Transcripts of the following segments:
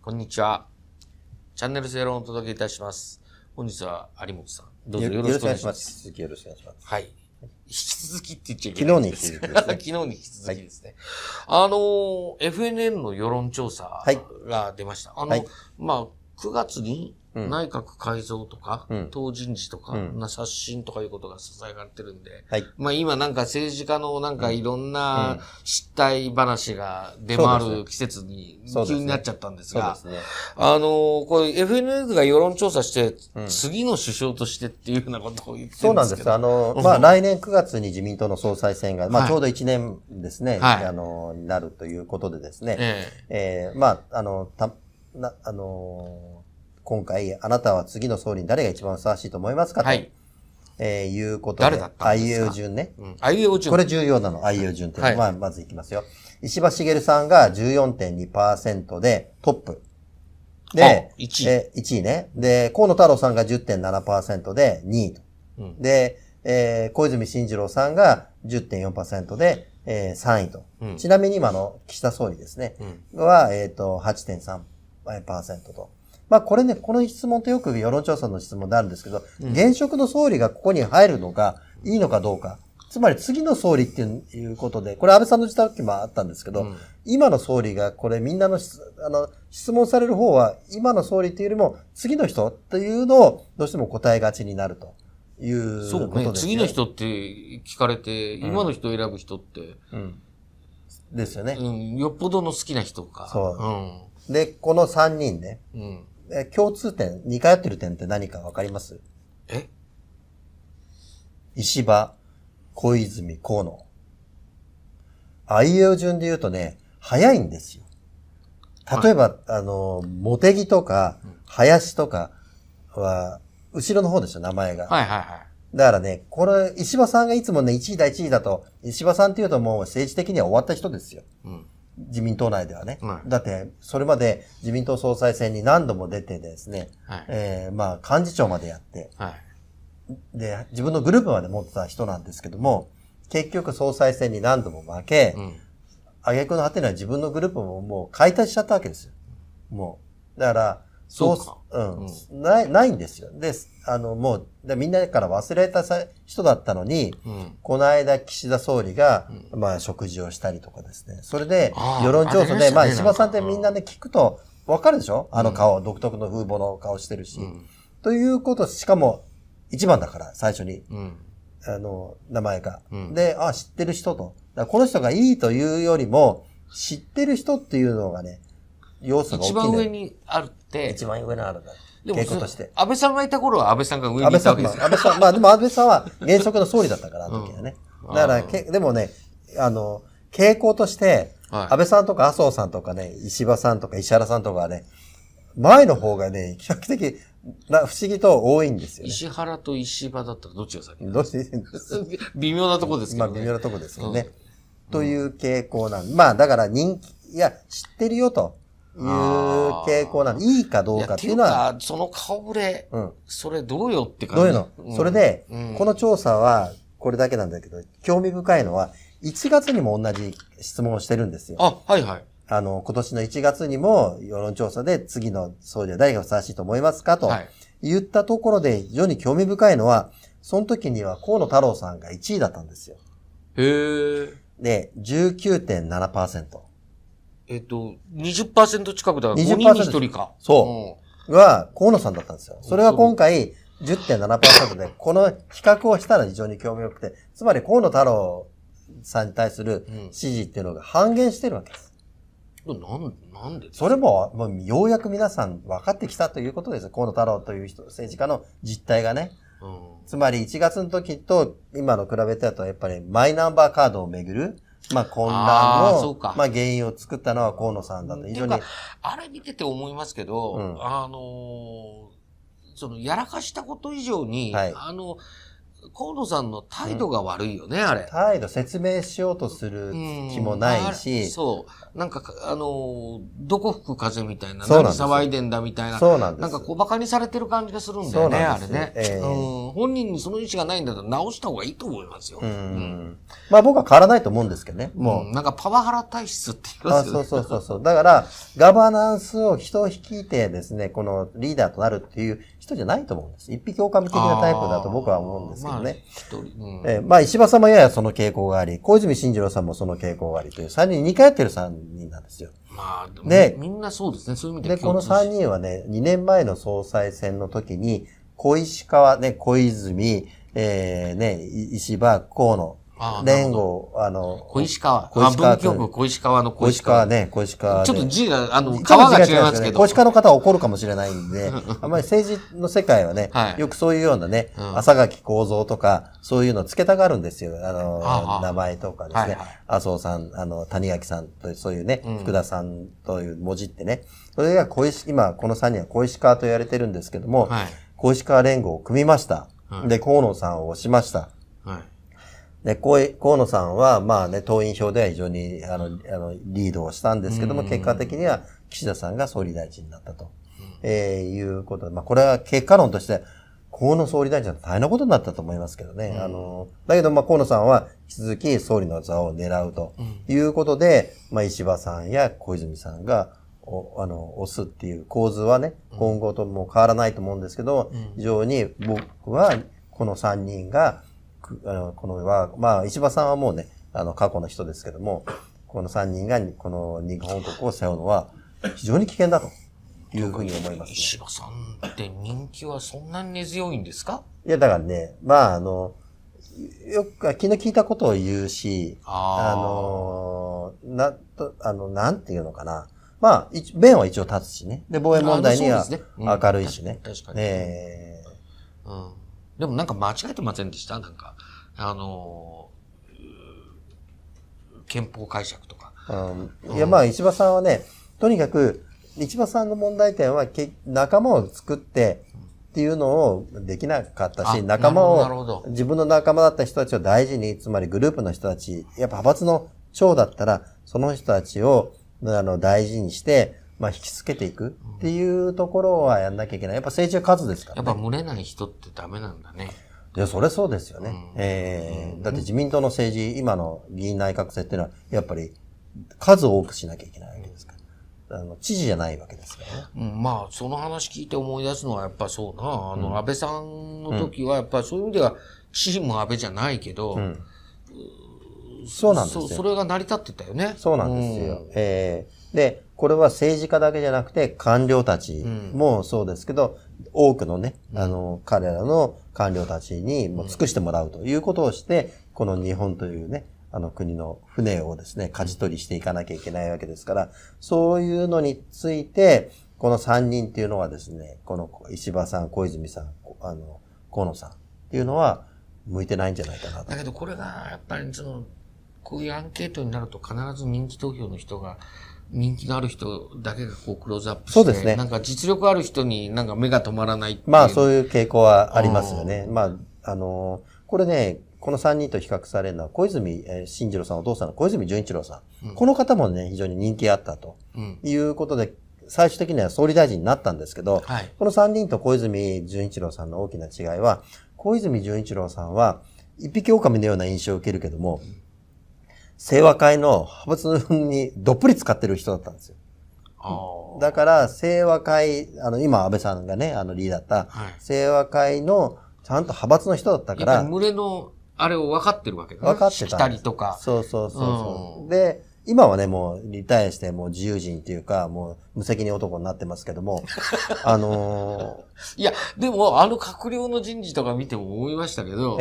こんにちは。チャンネル正論をお届けいたします。本日は有本さん、どうぞよろしくお願いします。 続きよろしくお願いします。 はい。引き続きって言っちゃいけないです。 昨日に引き続きですね。 昨日に引き続きですね。はい、FNN の世論調査が出ました。9月に内閣改造とか、党人事とか、刷新とかいうことが囁かれてるんで、今なんか政治家のなんかいろんな失態話が出回る季節に急になっちゃったんですが、これ FNN が世論調査して、次の首相としてっていうようなことを言ってるんですけど。 そうなんです。来年9月に自民党の総裁選が、ちょうど1年ですね、になるということでですね、今回、あなたは次の総理に誰が一番ふさわしいと思いますかと、いうことで。 誰だったんですか？ あいうえお順ね。 あいうえお順。 これ重要なの、あいうえお順っていうのは、まずいきますよ。石破茂さんが 14.2% でトップ。で、1位ね。で、河野太郎さんが 10.7% で2位と。で、小泉進次郎さんが 10.4% で、3位と。ちなみに今の岸田総理ですね。は、8.3% と。これね、この質問ってよく世論調査の質問であるんですけど、現職の総理がここに入るのがいいのかどうか。つまり次の総理っていうことで、これ安倍さんの時代もあったんですけど、今の総理がこれみんなの質問される方は、今の総理っていうよりも次の人っていうのをどうしても答えがちになるということですね。 そうね。次の人って聞かれて、今の人を選ぶ人って、 ですよね。 よっぽどの好きな人か。 そう。で、この3人ね。共通点、似通ってる点って何かわかります？石破、小泉、河野。あいうえお順で言うとね、早いんですよ。例えば、茂木とか、林とかは、後ろの方でしょ、名前が。だからね、これ、石破さんがいつもね、1位だ1位だと、石破さんっていうともう政治的には終わった人ですよ。自民党内ではね。だって、それまで自民党総裁選に何度も出てですね、幹事長までやって、で、自分のグループまで持ってた人なんですけども、結局総裁選に何度も負け、挙句の果てには自分のグループももう解体しちゃったわけですよ。もう。だから、ないんですよ。で、もう、みんなから忘れた人だったのに、この間岸田総理が、食事をしたりとかですね。それで、世論調査で、石破さんってみんなね、聞くと、わかるでしょ？顔、独特の風貌の顔してるし。ということ、しかも、一番だから、最初に。名前が。で、知ってる人と。この人がいいというよりも、知ってる人っていうのがね、要素が大きい。 一番上にあるって。 一番上にあるんだ。傾向として。 安倍さんがいた頃は安倍さんが上にいたわけですよ。 安倍さん、でも安倍さんは現職の総理だったから、あの時はね。だから、でもね、傾向として、安倍さんとか麻生さんとかね、石破さんとか石原さんとかはね、前の方がね、比較的、不思議と多いんですよね。 石原と石破だったらどっちが先？ どっち微妙なとこですけどね。 微妙なとこですけどね。という傾向なんで。だから人気、知ってるよと。いう傾向なの。いいかどうかっていうのは。 その顔ぶれ、それどうよって感じ。どういうの？それで、この調査は、これだけなんだけど、興味深いのは、1月にも同じ質問をしてるんですよ。今年の1月にも世論調査で次の総理は誰がふさわしいと思いますかと言ったところで非常に興味深いのは、その時には河野太郎さんが1位だったんですよ。で、19.7%。 20% 近くだから5人に1人か。 そう。が、河野さんだったんですよ。それが今回 10.7% で、この比較をしたら非常に興味深くて、つまり河野太郎さんに対する支持っていうのが半減してるわけです。 なんで？ それも、ようやく皆さん分かってきたということですよ。河野太郎という政治家の実態がね。つまり1月の時と今の比べてだとやっぱりマイナンバーカードをめぐる混乱の、原因を作ったのは河野さんだと。非常に。 あれ見てて思いますけど、やらかしたこと以上に、 河野さんの態度が悪いよね、あれ。 態度、説明しようとする気もないし。 そう。なんか、どこ吹く風みたいな、何騒いでんだみたいな。 そうなんです。 なんかこう、馬鹿にされてる感じがするんだよね、あれね。本人にその意思がないんだったら直した方がいいと思いますよ。 まあ僕は変わらないと思うんですけどね。もう。なんかパワハラ体質って言いますよね。 そう。だから、ガバナンスを人を率いてですね、このリーダーとなるっていう人じゃないと思うんです。一匹狼的なタイプだと僕は思うんですけどね。まあ石破さんもややその傾向があり、小泉進次郎さんもその傾向がありという3人似通ってる3人なんですよ。 まあ、で、みんなそうですね。そういう意味で、この3人はね、2年前の総裁選の時に、小泉、石破、河野、連合、 小石川。文京区小石川の小石川。 小石川。 ちょっと字が、川が違いますけど。 小石川の方は怒るかもしれないんで、あんまり政治の世界はね、よくそういうようなね、浅垣幸三とか、そういうのつけたがるんですよ。名前とかですね。麻生さん、谷垣さんという、そういうね、福田さんという文字ってね。それが今、この3人は小石川と言われてるんですけども、小石川連合を組みました。で、河野さんを押しました。で、河野さんは、まあね、党員票では非常に、リードをしたんですけども、結果的には岸田さんが総理大臣になったと、いうことで、まあ、これは結果論として、河野総理大臣は大変なことになったと思いますけどね。だけど、まあ、河野さんは引き続き総理の座を狙うということで、まあ、石破さんや小泉さんが、押すっていう構図はね、今後とも変わらないと思うんですけど、非常に僕は、この3人が、まあ、石破さんはもうね、過去の人ですけども、この3人が、この日本国を背負うのは、非常に危険だというふうに思います、ね。 石破さんって人気はそんなに根強いんですか？ いや、だからね、まあ、よく、昨日聞いたことを言うし、なんていうのかな。まあ、弁は一応立つしね。で、防衛問題には明るいしね。 確かに。でもなんか間違えてませんでした？なんか、憲法解釈とか。 いや、まあ、石破さんはね、とにかく、石破さんの問題点は、仲間を作ってっていうのをできなかったし、仲間を、自分の仲間だった人たちを大事に、つまりグループの人たち、やっぱ派閥の長だったら、その人たちを、大事にして、まあ、引きつけていくっていうところはやんなきゃいけない。やっぱ政治は数ですからね。 やっぱ群れない人ってダメなんだね。 いや、それそうですよね。だって自民党の政治、今の議員内閣制っていうのは、やっぱり数多くしなきゃいけないわけですから。知事じゃないわけですからね。 まあ、その話聞いて思い出すのはやっぱそうな。安倍さんの時はやっぱそういう意味では、チーム安倍じゃないけど、 そうなんですよ。 それが成り立ってたよね。 そうなんですよ。で、これは政治家だけじゃなくて官僚たちもそうですけど、多くのね、彼らの官僚たちにも尽くしてもらうということをして、この日本というね、国の船をですね、舵取りしていかなきゃいけないわけですから、そういうのについて、この3人っていうのはですね、この石破さん、小泉さん、河野さんっていうのは向いてないんじゃないかなと。 だけどこれがやっぱりこういうアンケートになると必ず人気投票の人が、人気のある人だけがこうクローズアップして、そうですね。なんか実力ある人になんか目が止まらないっていう。 まあそういう傾向はありますよね。まあ、これね、この3人と比較されるのは小泉進次郎さんお父さんの小泉純一郎さん。この方もね、非常に人気あったということで、最終的には総理大臣になったんですけど、この3人と小泉純一郎さんの大きな違いは、小泉純一郎さんは一匹狼のような印象を受けるけども、清和会の派閥にどっぷり使ってる人だったんですよ。だから、清和会、今安倍さんがね、リーダーだった、清和会のちゃんと派閥の人だったから。やっぱり群れの、あれを分かってるわけだね。 分かってた。 来たりとか。 そう。で、今はね、もうリタイアしてもう自由人っていうか、もう無責任男になってますけども、 いや、でも閣僚の人事とか見ても思いましたけど、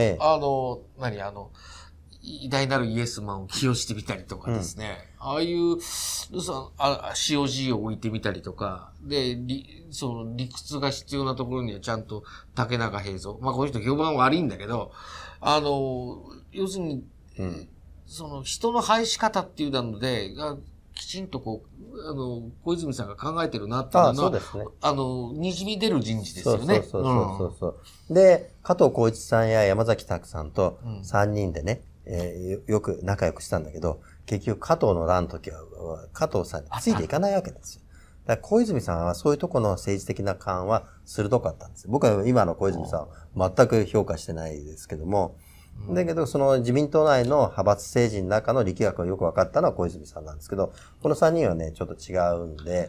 偉大なるイエスマンを起用してみたりとかですね。ああいう、COG を置いてみたりとか、で、その理屈が必要なところにはちゃんと竹中平蔵。まあこの人評判悪いんだけど、要するに、その人の配し方っていうので、 きちんと小泉さんが考えてるなっていうのは、 そうですね。 にじみ出る人事ですよね。 そう。で、加藤浩一さんや山崎拓さんと3人でね、よく仲良くしたんだけど、結局加藤の乱の時は、加藤さんについていかないわけですよ。だから小泉さんはそういうところの政治的な勘は鋭かったんです。僕は今の小泉さんは全く評価してないですけども、だけどその自民党内の派閥政治の中の力学がよく分かったのは小泉さんなんですけど、この3人はね、ちょっと違うんで、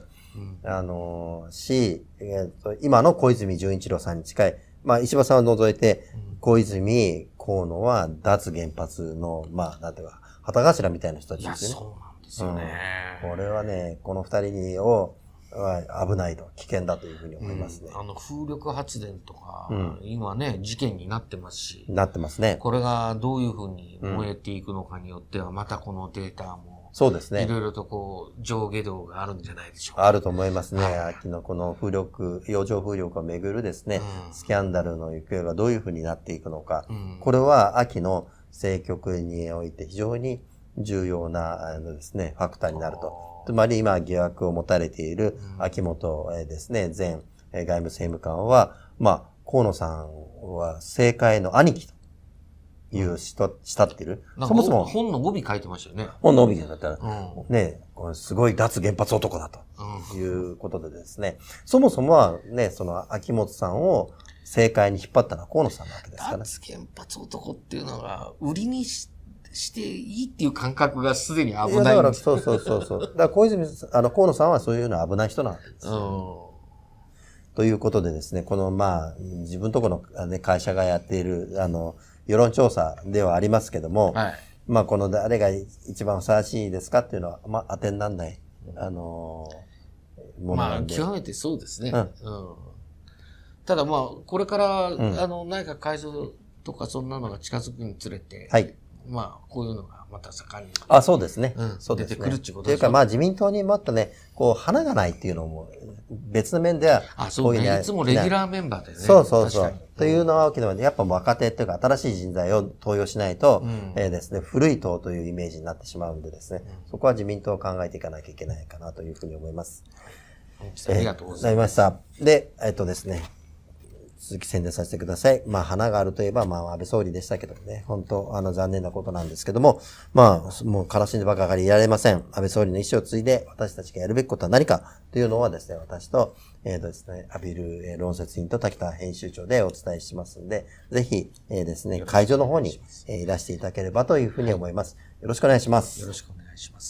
今の小泉純一郎さんに近い、まあ石破さんを除いて、小泉、河野は脱原発の、まあなんていうか、旗頭みたいな人たちですよね。 そうなんですよね。 これはね、この2人を危ないと、危険だというふうに思いますね。 風力発電とか、今ね、事件になってますし。 なってますね。 これがどういうふうに燃えていくのかによっては、またこのデータも、 そうですね。 いろいろと上下動があるんじゃないでしょうか。 あると思いますね。秋のこの洋上風力をめぐるですね、スキャンダルの行方がどういうふうになっていくのか。これは秋の政局において非常に重要なですね、ファクターになると。つまり今疑惑を持たれている秋元ですね、前外務政務官は、まあ、河野さんは政界の兄貴という慕っている。 そもそも本の帯書いてましたよね。 本の帯だったら、ね、これすごい脱原発男だということでですね、そもそもはね、その秋元さんを政界に引っ張ったのは河野さんなわけですから。 脱原発男っていうのが売りにしていいっていう感覚がすでに危ないんです。 だからそう。だから河野さんはそういうのは危ない人なんですよ。ということでですね、このまあ自分とこの、会社がやっている世論調査ではありますけども、まあこの誰が一番ふさわしいですかっていうのはまあ当てにならないものなんで。 まあ極めてそうですね。ただまあこれから内閣改造とかそんなのが近づくにつれて。まあ、こういうのがまた盛んに。 そうですね。 そうですね。出てくるっていうことというか、まあ、自民党にもっとね、花がないっていうのも、別の面では、 そうね。いつもレギュラーメンバーでね。 そう。というのは大きなので、やっぱ若手っていうか、新しい人材を登用しないと、ですね、古い党というイメージになってしまうんでですね、そこは自民党を考えていかなきゃいけないかなというふうに思います。 ありがとうございました。で、ですね、続き宣伝させてください。まあ、花があるといえば、まあ、安倍総理でしたけどね、本当残念なことなんですけども、まあ、もう悲しんでばかりいられません。安倍総理の意思を継いで、私たちがやるべきことは何かというのはですね、私と、ですね、アビル論説員と滝田編集長でお伝えしますんで、ぜひ、ですね、会場の方に、いらしていただければというふうに思います。よろしくお願いします。 よろしくお願いします。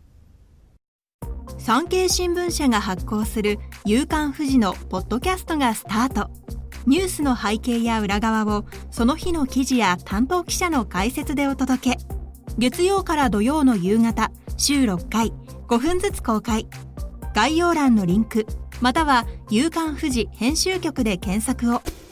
産経新聞社が発行する夕刊フジのポッドキャストがスタート。ニュースの背景や裏側をその日の記事や担当記者の解説でお届け。月曜から土曜の夕方、週6回、5分ずつ公開。概要欄のリンク、または夕刊フジ編集局で検索を。